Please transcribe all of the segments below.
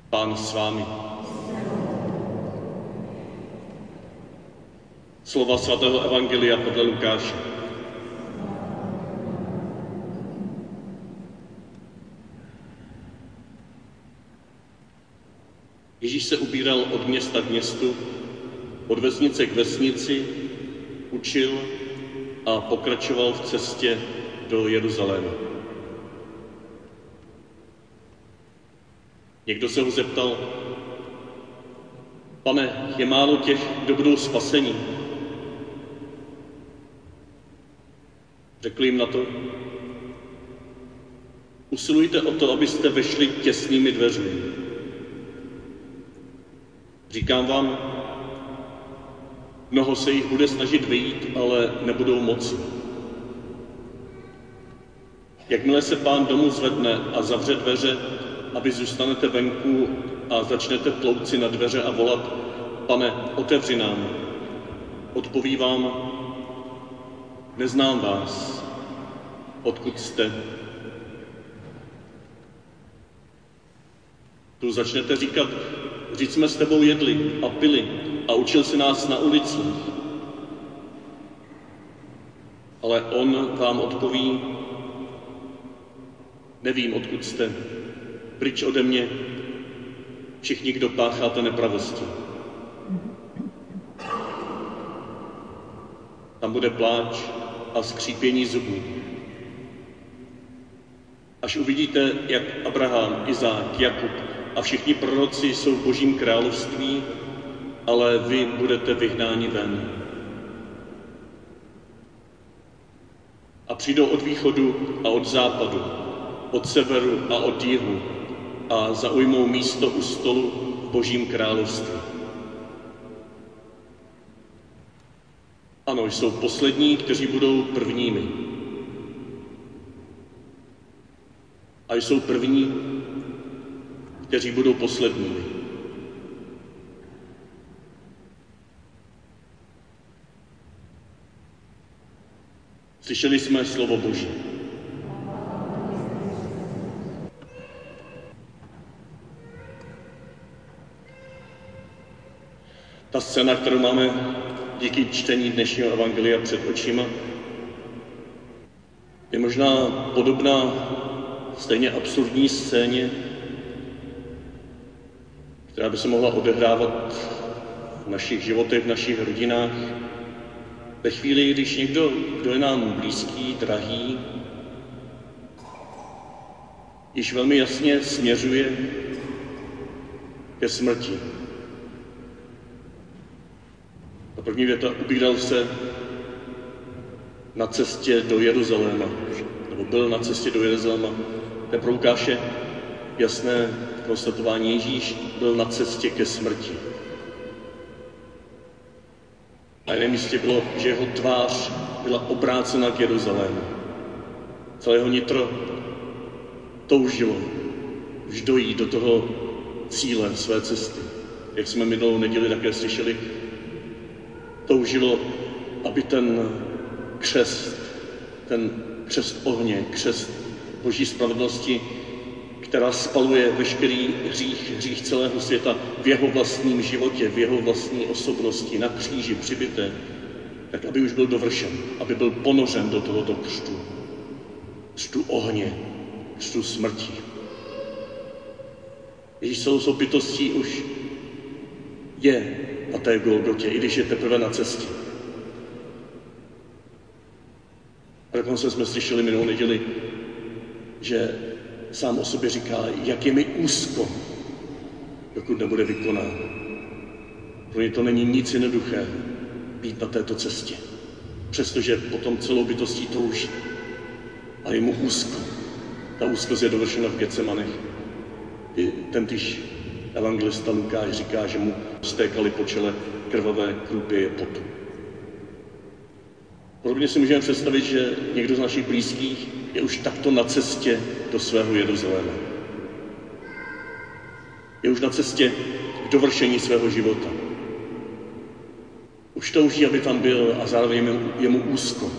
Pán s vámi. Slova svatého evangelia podle Lukáše. Ježíš se ubíral od města k městu, od vesnice k vesnici, učil a pokračoval v cestě do Jeruzaléma. Někdo se ho zeptal: Pane, je málo těch, kdo budou spaseni? Řekl jim na to: usilujte o to, abyste vešli těsnými dveřmi. Říkám vám, mnoho se jich bude snažit vyjít, ale nebudou moci. Jakmile se pán domu zvedne a zavře dveře, a vy zůstanete venku a začnete tlouci na dveře a volat: Pane, otevři nám. Odpoví vám: neznám vás, odkud jste. Tu začnete říkat: vždyť jsme s tebou jedli a pili a učil si nás na ulicích. Ale on vám odpoví: nevím, odkud jste. Pryč ode mě, všichni, kdo pácháte nepravosti. Tam bude pláč a skřípění zubů. Až uvidíte, jak Abraham, Izák, Jakub a všichni proroci jsou v Božím království, ale vy budete vyhnáni ven. A přijdou od východu a od západu, od severu a od jihu a zaujmou místo u stolu v Božím království. Ano, jsou poslední, kteří budou prvními. A jsou první, kteří budou posledními. Slyšeli jsme slovo Boží. Ta scéna, kterou máme díky čtení dnešního evangelia před očima, je možná podobná stejně absurdní scéně, která by se mohla odehrávat v našich životech, v našich rodinách. Ve chvíli, když někdo, kdo je nám blízký, drahý, již velmi jasně směřuje ke smrti. A první věta: ubíral se na cestě do Jeruzaléma, nebo byl na cestě do Jeruzaléma. To je pro Lukáše jasné konstatování: Ježíš byl na cestě ke smrti. Na jiném místě bylo, že jeho tvář byla obrácena k Jeruzalému. Celé jeho nitro toužilo už dojít do toho cíle své cesty. Jak jsme minulou neděli také slyšeli, toužilo, aby ten křest ohně, křest Boží spravedlnosti, která spaluje veškerý hřích celého světa v jeho vlastním životě, v jeho vlastní osobnosti, na kříži přibité, tak aby už byl dovršen, aby byl ponořen do tohoto křtu ohně, křtu smrti. Ježíš celou svou bytostí už je na té Golgotě, i když je teprve na cestě. A dokonce jsme slyšeli minulou neděli, že sám o sobě říká: jak je mi úzko, dokud nebude vykonán. Pro ně to není nic jednoduché být na této cestě, přestože potom celou bytostí touží. A je mu úzko. Ta úzkost je dovršena v Getsemanech. Tentýž evangelista Lukáš říká, že mu stékaly po čele krvavé krupěje potu. Podobně si můžeme představit, že někdo z našich blízkých je už takto na cestě do svého Jeruzaléma. Je už na cestě k dovršení svého života. Už touží, aby tam byl, a zároveň je mu úzko.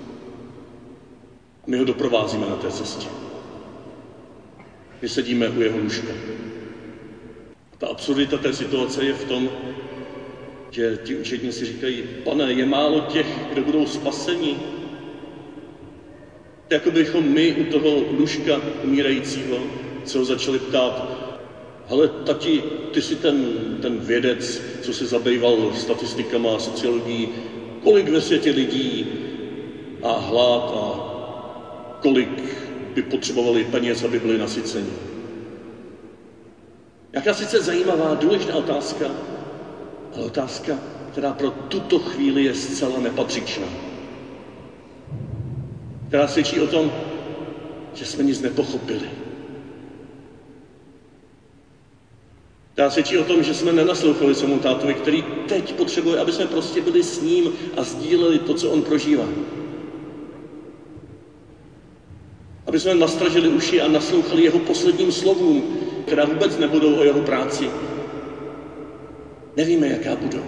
My ho doprovázíme na té cestě. My sedíme u jeho lůžka. Ta absurdita té situace je v tom, že ti učedníci říkají, Pane, je málo těch, kdo budou spaseni. Jako bychom my u toho lůžka umírajícího se ho začali ptát, hele, tati, ty jsi ten vědec, co se zabýval statistikama a sociologií, kolik ve světě lidí a hlad a kolik by potřebovali peněz, aby byli nasyceni. Jaká sice zajímavá, důležitá otázka, ale otázka, která pro tuto chvíli je zcela nepatřičná. Která svědčí o tom, že jsme nic nepochopili. Která svědčí o tom, že jsme nenaslouchali svému tátovi, který teď potřebuje, aby jsme prostě byli s ním a sdíleli to, co on prožívá. Aby jsme nastražili uši a naslouchali jeho posledním slovům, která vůbec nebudou o jeho práci. Nevíme, jaká budou.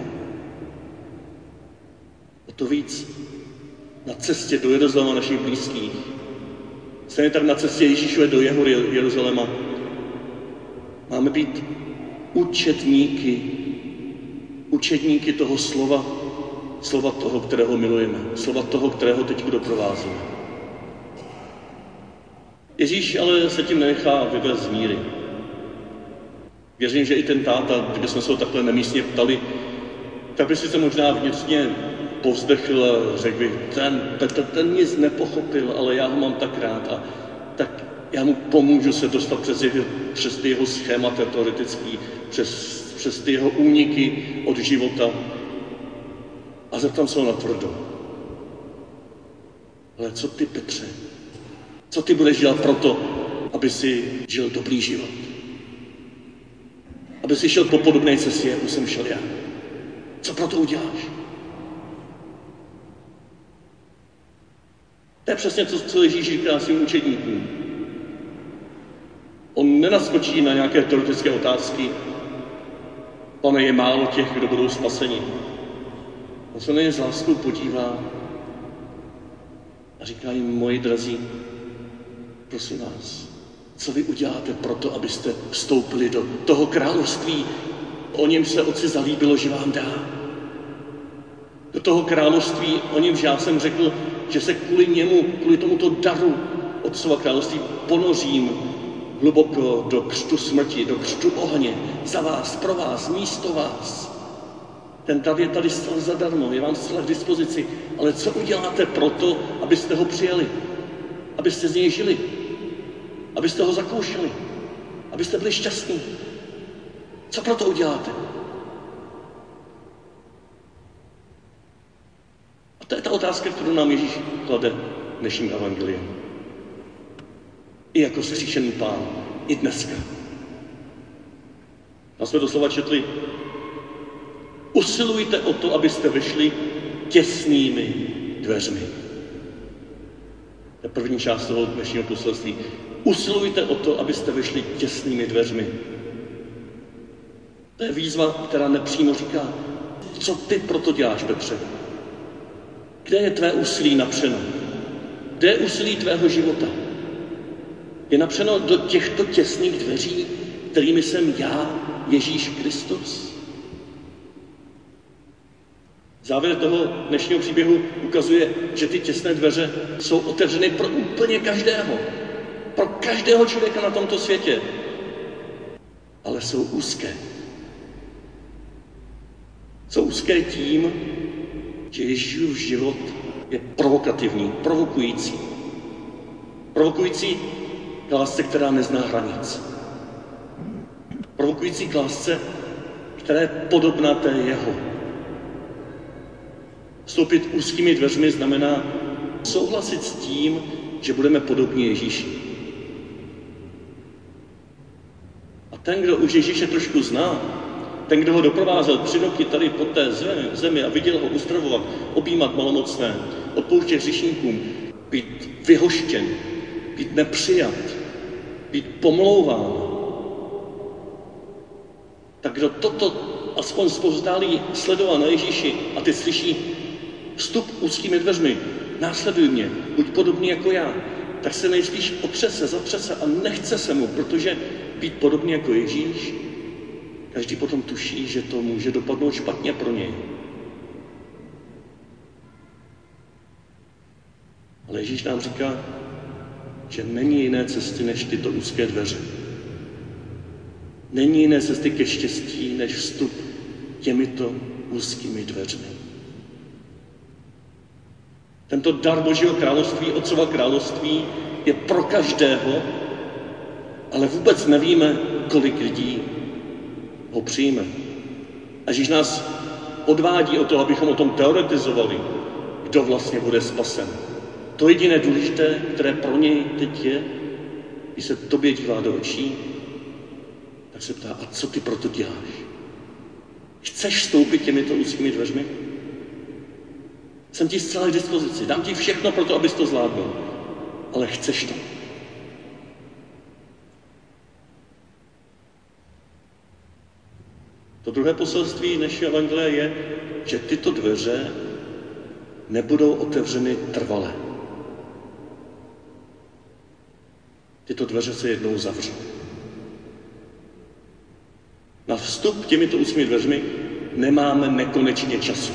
O to víc na cestě do Jeruzaléma našich blízkých. Stejně tak na cestě Ježíšové do jeho Jeruzaléma. Máme být učedníky toho slova toho, kterého milujeme, slova toho, kterého teď doprovázíme. Ježíš ale se tím nenechá vyvést z míry. Věřím, že i ten táta, kdybychom se ho takhle nemístně ptali, tak by si se možná vnitřně povzdechl a řekl by, Petr, ten nic nepochopil, ale já ho mám tak rád a tak já mu pomůžu se dostat přes ty jeho schémata teoretický, přes ty jeho úniky od života a zeptám se ho natvrdo. Ale co ty, Petře? Co ty budeš dělat proto, aby si žil dobrý život? Aby si šel po podobné cestě, jako jsem šel já. Co proto uděláš? To je přesně to, co Ježíš říká svým učedníkům. On nenaskočí na nějaké teoretické otázky. Pane, je málo těch, kdo budou spaseni. On se na ně s láskou podívá a říká jim, moji drazí, prosím vás, co vy uděláte proto, abyste vstoupili do toho království, o něm se Otci zalíbilo, že vám dá. Do toho království, o němž já jsem řekl, že se kvůli tomuto daru Otcova království ponořím hluboko do křtu smrti, do křtu ohně, za vás, pro vás, místo vás. Ten dar je tady zcela zadarmo, je vám zcela k dispozici, ale co uděláte proto, abyste ho přijali, abyste z něj žili, abyste ho zakoušeli, abyste byli šťastní? Co proto uděláte? A to je ta otázka, kterou nám Ježíš klade dnešním evangeliem. I jako vzkříšený Pán, i dneska. A jsme doslova četli, usilujte o to, abyste vešli těsnými dveřmi. To je první část toho dnešního poselství. Usilujte o to, abyste vešli těsnými dveřmi. To je výzva, která nepřímo říká, co ty proto děláš, Petře? Kde je tvé úsilí napřeno? Kde je úsilí tvého života? Je napřeno do těchto těsných dveří, kterými jsem já, Ježíš Kristus? Závěr toho dnešního příběhu ukazuje, že ty těsné dveře jsou otevřeny pro úplně každého. Pro každého člověka na tomto světě. Ale jsou úzké. Jsou úzké tím, že Ježíšův život je provokativní, provokující. Provokující k lásce, která nezná hranic. Provokující k lásce, která je podobná té jeho. Vstoupit úzkými dveřmi znamená souhlasit s tím, že budeme podobní Ježíši. A ten, kdo už Ježíše trošku zná, ten, kdo ho doprovázel 3 roky tady po té zemi a viděl ho uzdravovat, objímat malomocné, odpouštět hříšníkům, být vyhoštěn, být nepřijat, být pomlouván, tak kdo toto aspoň zpovzdálí sledoval na Ježíši a ty slyší vstup úzkými dveřmi, následuj mě, buď podobný jako já, tak se nejspíš otřese, zatřese a nechce se mu, protože být podobný jako Ježíš každý potom tuší, že to může dopadnout špatně pro něj. Ale Ježíš nám říká, že není jiné cesty než tyto úzké dveře. Není jiné cesty ke štěstí než vstup těmito úzkými dveřmi. Tento dar Božího království, Otcova království, je pro každého, ale vůbec nevíme, kolik lidí ho přijme. A Ježíš nás odvádí o to, abychom o tom teoretizovali, kdo vlastně bude spasen. To jediné důležité, které pro něj teď je, když se tobě dívá do očí, tak se ptá, a co ty proto děláš? Chceš vstoupit těmito úzkými dveřmi? Jsem ti zcela k dispozici, dám ti všechno pro to, abys to zvládnul. Ale chceš to? To druhé poselství dnešního evangelia je, že tyto dveře nebudou otevřeny trvale. Tyto dveře se jednou zavřou. Na vstup těmito úzkými dveřmi nemáme nekonečně času.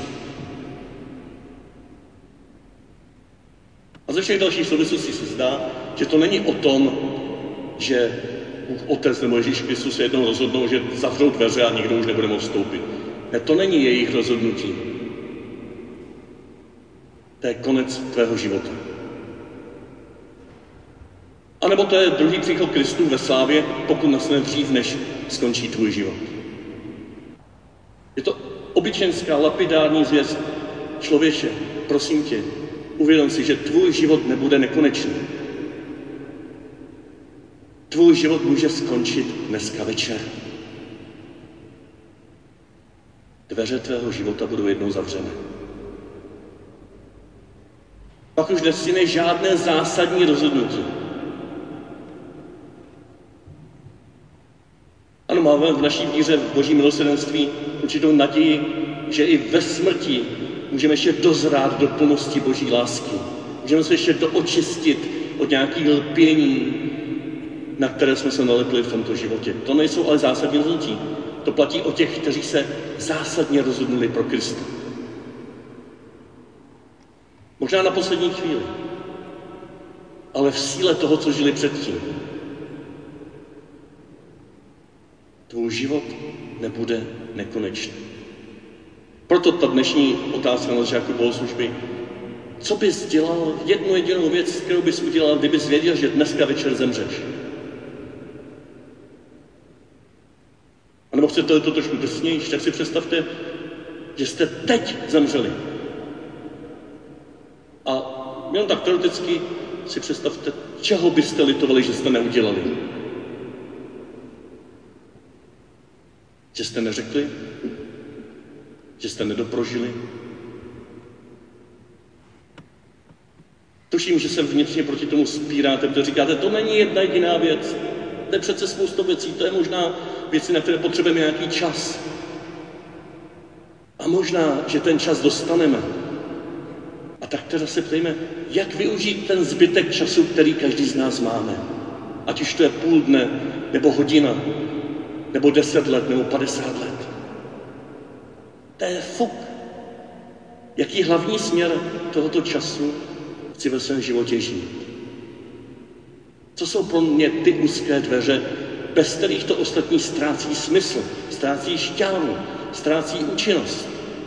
A ze všech dalších souvislostí se zdá, že to není o tom, že Bůh Otec nebo Ježíš Kristus se jednou rozhodnou, že zavřou dveře a nikdo už nebude moct vstoupit. Ne, to není jejich rozhodnutí. To je konec tvého života. A nebo to je druhý příchod Kristů ve slávě, pokud nastane dřív, než skončí tvůj život. Je to obyčejnská lapidární zvěst. Člověče, prosím tě, uvědom si, že tvůj život nebude nekonečný. Tvůj život může skončit dneska večer. Dveře tvého života budou jednou zavřené. Pak už nestihne žádné zásadní rozhodnutí. Ano, máme v naší víře v Boží milosrdenství určitou naději, že i ve smrti můžeme ještě dozrát do plnosti Boží lásky. Můžeme se ještě doočistit od nějakých lpění, na které jsme se nalepili v tomto životě. To nejsou ale zásadní rozhodnutí. To platí o těch, kteří se zásadně rozhodnuli pro Krista. Možná na poslední chvíli, ale v síle toho, co žili předtím. Tvůj život nebude nekonečný. Proto ta dnešní otázka na začátku bohoslužby. Co bys dělal, jednu jedinou věc, kterou bys udělal, kdybys věděl, že dneska večer zemřeš? A nebo chcete to trošku drsnější, tak si představte, že jste teď zemřeli. A jenom tak teoreticky si představte, čeho byste litovali, že jste neudělali. Že jste neřekli, že jste nedoprožili. Tuším, že se vnitřně proti tomu spíráte, protože říkáte, to není jedna jediná věc. To je přece spousta věcí, to je možná věci, na které potřebujeme nějaký čas. A možná, že ten čas dostaneme. A tak teda se ptejme, jak využít ten zbytek času, který každý z nás máme. Ať už to je půl dne, nebo hodina, nebo 10 let, nebo 50 let. To je fuk. Jaký hlavní směr tohoto času chci ve svém životě žít? Co jsou pro mě ty úzké dveře, bez kterých to ostatní ztrácí smysl, ztrácí šťávu, ztrácí účinnost?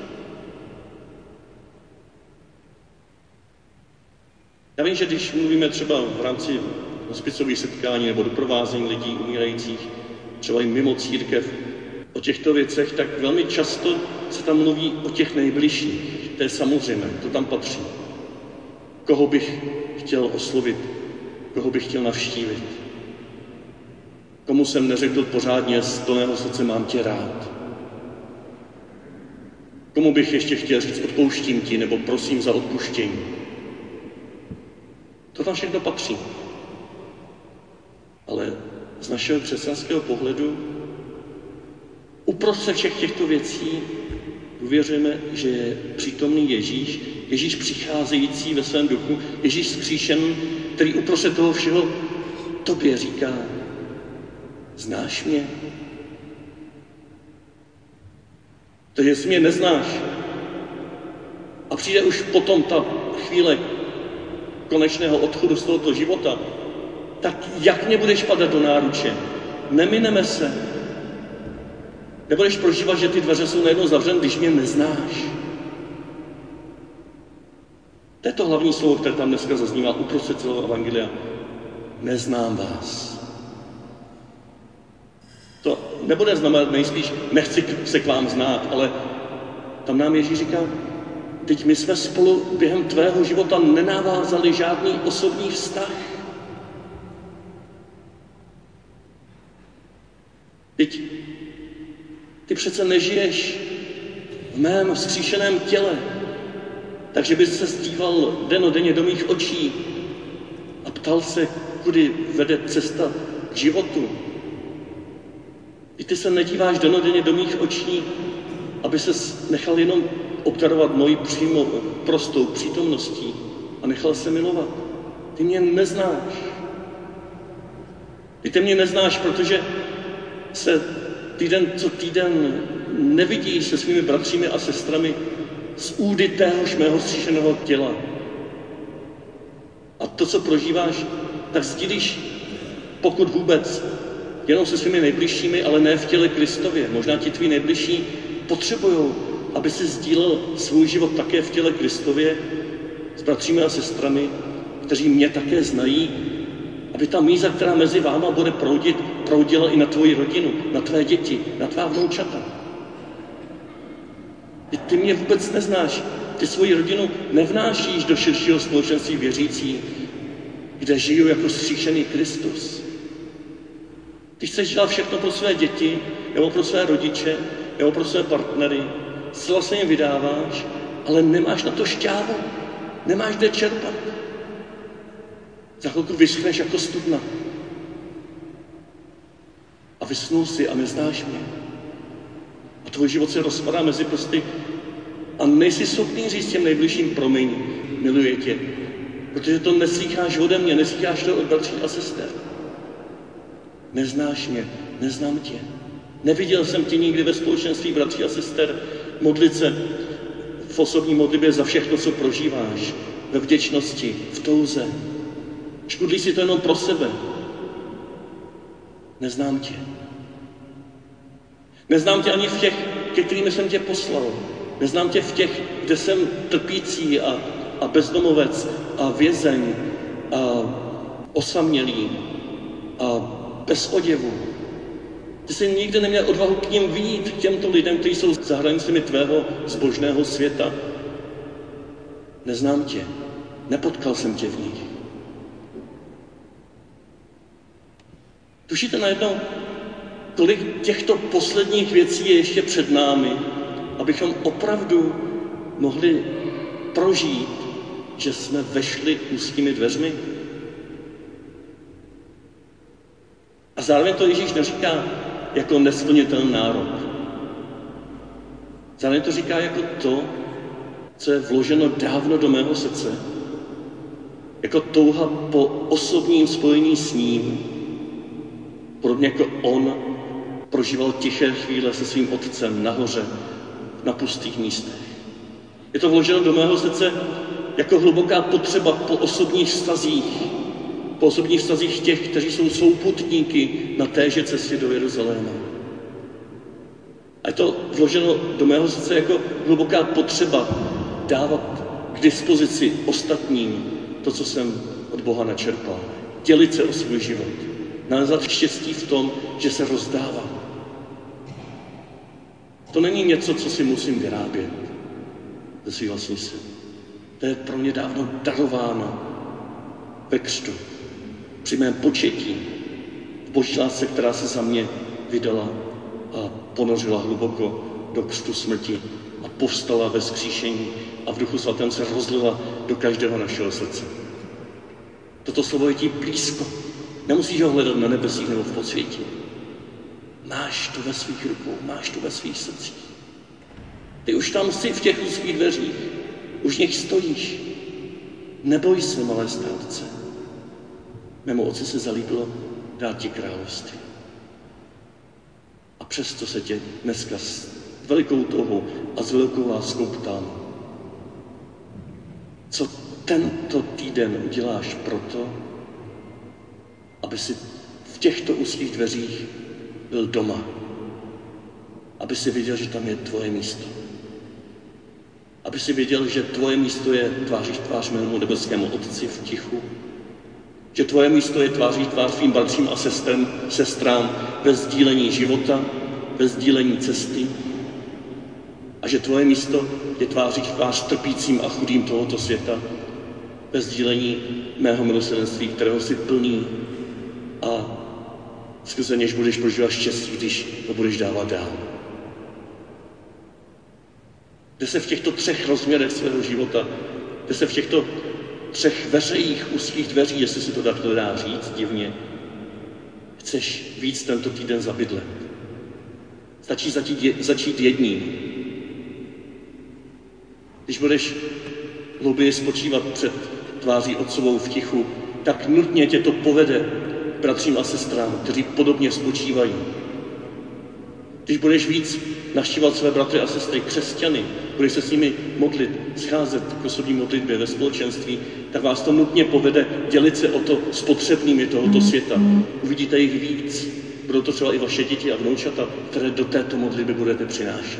Já vím, že když mluvíme třeba v rámci hospicových setkání nebo doprovázení lidí umírajících, třeba i mimo církev, o těchto věcech, tak velmi často se tam mluví o těch nejbližších. To je samozřejmé, to tam patří. Koho bych chtěl oslovit, koho bych chtěl navštívit. Komu jsem neřekl pořádně z plného srdce mám tě rád. Komu bych ještě chtěl říct odpouštím ti nebo prosím za odpuštění. To tam všechno patří. Ale z našeho křesťanského pohledu uprostřed všech těchto věcí důvěřujeme, že je přítomný Ježíš, Ježíš přicházející ve svém duchu, Ježíš vzkříšený, který uprostřed toho všeho tobě říká, znáš mě? Takže jestli mě neznáš a přijde už potom ta chvíle konečného odchodu z tohoto života, tak jak mě budeš padat do náruče? Nemineme se. Nebudeš prožívat, že ty dveře jsou najednou zavřené, když mě neznáš. To je to hlavní slovo, které tam dneska zaznívá uprostřed celého evangelia. Neznám vás. To nebude znamenat nejspíš, nechci se k vám znát, ale tam nám Ježíš říká, teď my jsme spolu během tvého života nenavázali žádný osobní vztah. Teď ty přece nežiješ v mém vzkříšeném těle, takže bys se díval dennodenně do mých očí a ptal se, kudy vede cesta k životu. Ty se nedíváš dennodenně do mých očí, aby ses nechal jenom obdarovat mojí prostou přítomností a nechal se milovat. Ty mě neznáš. Ty mě neznáš, protože se týden co týden nevidíš se svými bratřími a sestrami z údy téhož mého vzkříšeného těla. A to, co prožíváš, tak sdílíš, pokud vůbec, jenom se svými nejbližšími, ale ne v těle Kristově. Možná ti tví nejbližší potřebují, aby si sdílel svůj život také v těle Kristově s bratřími a sestrami, kteří mě také znají, aby ta míza, která mezi váma bude proudit, proudila i na tvoji rodinu, na tvé děti, na tvá vnoučata. Ty mě vůbec neznáš. Ty svoji rodinu nevnášíš do širšího společenství věřící, kde žiju jako vzkříšený Kristus. Ty chceš dělat všechno pro své děti, nebo pro své rodiče, nebo pro své partnery. Zcela se jim vydáváš, ale nemáš na to šťávu. Nemáš kde čerpat. Za chvilku vyschneš jako studna. A vysnul si a neznáš mě. A tvůj život se rozpadá mezi prsty a nejsi schopný říct těm nejbližším promiň, miluji tě. Protože to neslýcháš ode mě, neslýcháš to od bratří a sester. Neznáš mě, neznám tě. Neviděl jsem tě nikdy ve společenství bratří a sester modlit se v osobní modlitbě za všechno, co prožíváš, ve vděčnosti, v touze. Škudlíš si to jenom pro sebe. Neznám tě. Neznám tě ani v těch, ke kterým jsem tě poslal. Neznám tě v těch, kde jsem trpící a bezdomovec a vězeň a osamělý a bez oděvu. Ty jsi nikdy neměl odvahu k ním vyjít, k těmto lidem, kteří jsou za hranicemi tvého zbožného světa. Neznám tě. Nepotkal jsem tě v nich. Tušíte najednou, kolik těchto posledních věcí je ještě před námi, abychom opravdu mohli prožít, že jsme vešli úzkými dveřmi? A zároveň to Ježíš neříká jako nesplnitelný nárok. Zároveň to říká jako to, co je vloženo dávno do mého srdce. Jako touha po osobním spojení s ním. Podobně jako on prožíval tiché chvíle se svým otcem nahoře, na pustých místech. Je to vloženo do mého srdce jako hluboká potřeba po osobních vztazích těch, kteří jsou souputníky na téže cestě do Jeruzaléma. A je to vloženo do mého srdce jako hluboká potřeba dávat k dispozici ostatním to, co jsem od Boha načerpal. Dělit se o svůj život. Nalézat štěstí v tom, že se rozdává. To není něco, co si musím vyrábět ze svých vlastních sil. To je pro mě dávno darováno ve křtu, při mém početí, v boží lásce, která se za mě vydala a ponořila hluboko do křtu smrti a povstala ve vzkříšení a v Duchu svatém se rozlila do každého našeho srdce. Toto slovo je ti blízko. Nemusíš ho hledat na nebesích nebo v podsvětí. Máš to ve svých rukou, máš to ve svých srdcích. Ty už tam jsi v těch úzkých dveřích, už v nich stojíš. Neboj se, malé státce. Mému otci se zalíbilo dát ti království. A přesto se tě dneska velikou touhou a s velkou láskou ptám, co tento týden uděláš proto, aby si v těchto úzkých dveřích byl doma, aby si věděl, že tam je tvoje místo. Aby si věděl, že tvoje místo je tváří v tvář mému nebeskému Otci v tichu, že tvoje místo je tváří v tvář tvým bratřím a sestrám ve sdílení života, ve sdílení cesty a že tvoje místo je tváří v tvář trpícím a chudým tohoto světa, ve sdílení mého milosrdenství, kterého si plný a skrze něž budeš prožívat štěstí, když ho budeš dávat dál. Kde se v těchto 3 rozměrech svého života, kde se v těchto 3 veřejích úzkých dveří, jestli si to takhle dá říct divně, chceš víc tento týden zabydlet. Stačí začít jedním. Když budeš hlouběji spočívat před tváří Otcovou v tichu, tak nutně tě to povede k bratřím a sestrám, kteří podobně spočívají. Když budeš víc navštívat své bratry a sestry, křesťany, budeš se s nimi modlit, scházet k osobní modlitbě ve společenství, tak vás to nutně povede dělit se o to s potřebnými tohoto světa. Uvidíte jich víc. Budou to třeba i vaše děti a vnoučata, které do této modlitby budete přinášet.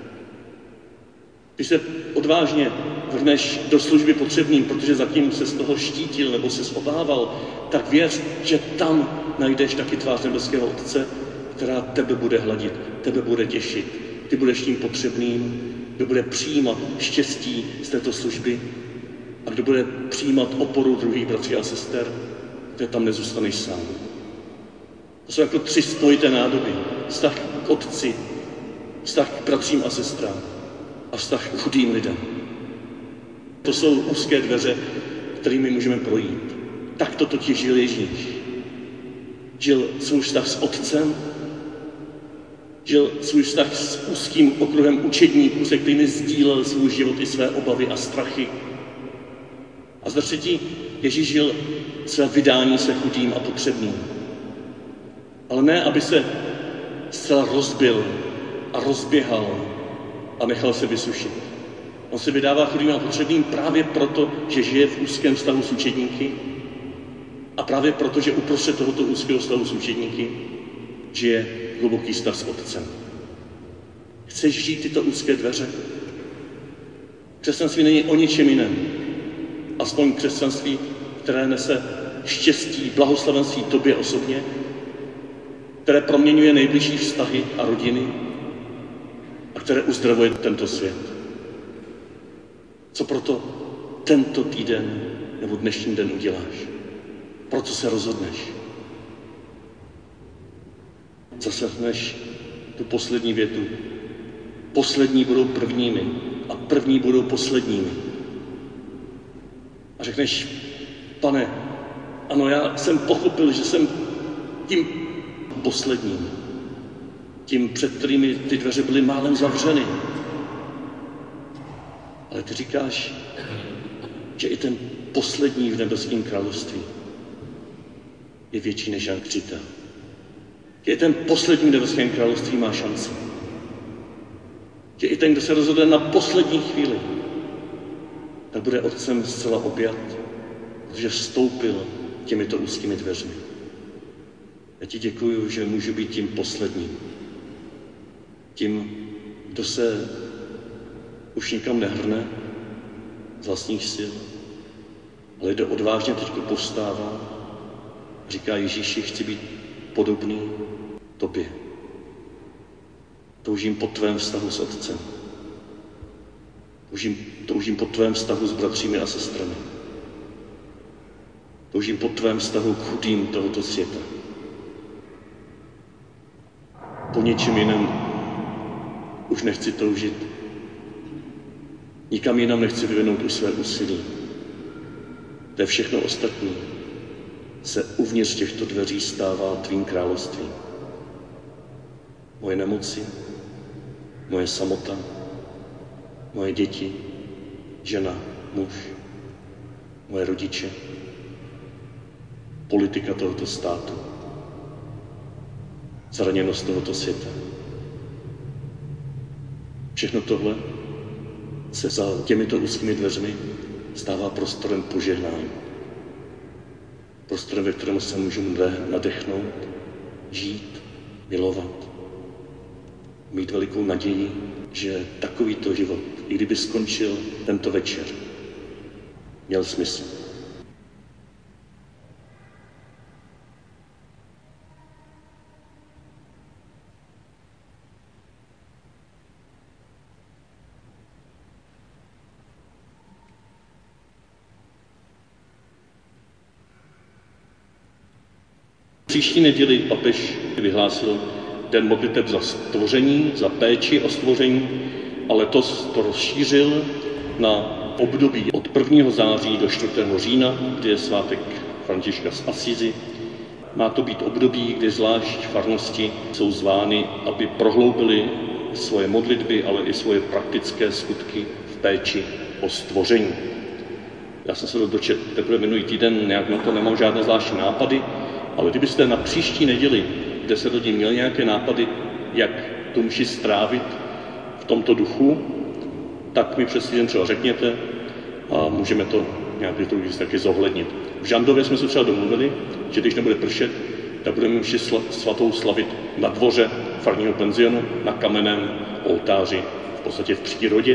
Když se odvážně vrhneš do služby potřebným, protože zatím se z toho štítil nebo se obával, tak věř, že tam najdeš taky tvář nebeského Otce, která tebe bude hladit, tebe bude těšit. Ty budeš tím potřebným, kdo bude přijímat štěstí z této služby a kdo bude přijímat oporu druhých bratří a sester, kde tam nezůstaneš sám. To jsou jako 3 spojité nádoby. Vztah k Otci, vztah k bratřím a sestrám a vztah k chudým lidem. To jsou úzké dveře, kterými můžeme projít. Tak to totiž žil Ježíš. Žil svůj vztah s Otcem, žil svůj vztah s úzkým okruhem učedníků, se kterými sdílel svůj život i své obavy a strachy. A za třetí, Ježíš žil své vydání se chudým a potřebným. Ale ne, aby se zcela rozbil a rozběhal a nechal se vysušit. On se vydává chudým a potřebným právě proto, že žije v úzkém vztahu s učedníky a právě proto, že uprostřed tohoto úzkého vztahu s učedníky žije hluboký vztah s Otcem. Chceš žít tyto úzké dveře? Křesťanství není o ničem jiném. Aspoň křesťanství, které nese štěstí, blahoslavenství tobě osobně, které proměňuje nejbližší vztahy a rodiny a které uzdravuje tento svět. Co proto tento týden nebo dnešní den uděláš? Pro co se rozhodneš? Zaslechneš tu poslední větu. Poslední budou prvními a první budou posledními. A řekneš, Pane, ano, já jsem pochopil, že jsem tím posledním, tím, před kterými ty dveře byly málem zavřeny. Ale ty říkáš, že i ten poslední v nebeském království je větší než Jan Křtitel. Že i ten poslední v nebeském království má šanci. Že i ten, kdo se rozhodne na poslední chvíli, tak bude Otcem zcela objat, protože vstoupil těmito úzkými dveřmi. Já ti děkuju, že můžu být tím posledním. Tím, kdo se už nikam nehrne z vlastních sil, ale kdo odvážně teď povstává a říká, Ježíši, chci být podobný tobě. Toužím po tvém vztahu s Otcem. Toužím po tvém vztahu s bratřími a sestrami. Toužím po tvém vztahu k chudým tohoto světa. Po něčem jiném už nechci toužit. Nikam jinam nechci vyvinout už své úsilí. To je všechno ostatní. Se uvnitř těchto dveří stává tvým královstvím. Moje nemoci, moje samota, moje děti, žena, muž, moje rodiče, politika tohoto státu, zraněnost tohoto světa. Všechno tohle se za těmito úzkými dveřmi stává prostorem požehnání. Prostorem, ve kterém se můžeme nadechnout, žít, milovat, mít velikou naději, že takovýto život, i kdyby skončil tento večer, měl smysl. Příští neděli papež vyhlásil den modliteb za stvoření, za péči o stvoření, a letos to rozšířil na období od 1. září do 4. října, kdy je svátek Františka z Asízy. Má to být období, kdy zvlášť farnosti jsou zvány, aby prohloubili svoje modlitby, ale i svoje praktické skutky v péči o stvoření. Já jsem se to dočetl teprve minulý týden, nějak na to nemám žádné zvláštní nápady, ale kdybyste na příští neděli, kde se rodí, měl nějaké nápady, jak tu mši strávit v tomto duchu, tak mi přes týden třeba řekněte a můžeme to nějak liturgicky taky zohlednit. V Žandově jsme se třeba domluvili, že když nebude pršet, tak budeme mši svatou slavit na dvoře farního penzionu, na kamenném oltáři, v podstatě v přírodě,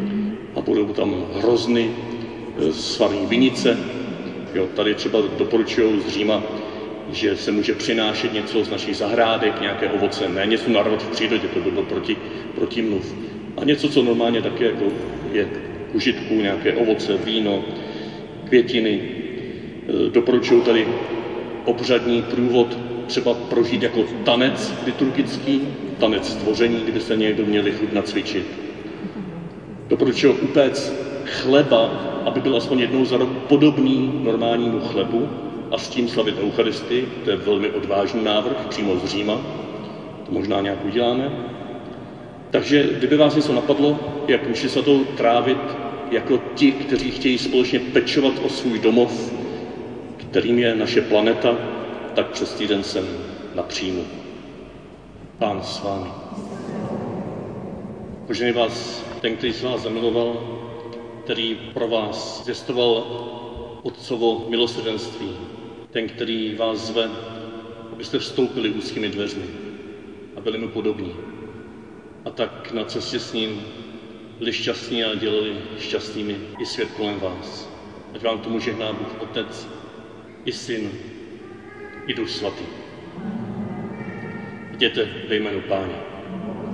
a budou tam hrozny z farní vinice. Jo, tady třeba doporučují z Říma, že se může přinášet něco z našich zahrádek, nějaké ovoce, ne něco narvat v přírodě, to by bylo protimluv. A něco, co normálně taky jako je k užitku, nějaké ovoce, víno, květiny. Doporučuji tady obřadní průvod třeba prožít jako tanec liturgický, tanec stvoření, kdyby se někdo měli chuť nacvičit. Doporučuji upéct chleba, aby byl aspoň jednou za rok podobný normálnímu chlebu, a s tím slavit Eucharistii. To je velmi odvážný návrh, přímo z Říma. To možná nějak uděláme. Takže kdyby vás něco napadlo, jak mši svatou trávit jako ti, kteří chtějí společně pečovat o svůj domov, kterým je naše planeta, tak přes týden jsem na příjmu. Pán s vámi. Požehnej vás ten, který se vás zamiloval, který pro vás zvěstoval Otcovo milosrdenství, ten, který vás zve, abyste vstoupili úzkými dveřmi a byli mu podobní. A tak na cestě s ním byli šťastní a dělali šťastnými i svět kolem vás. Ať vám tomu žehná Bůh Otec, i Syn, i Duch Svatý. Jděte ve jménu Páně.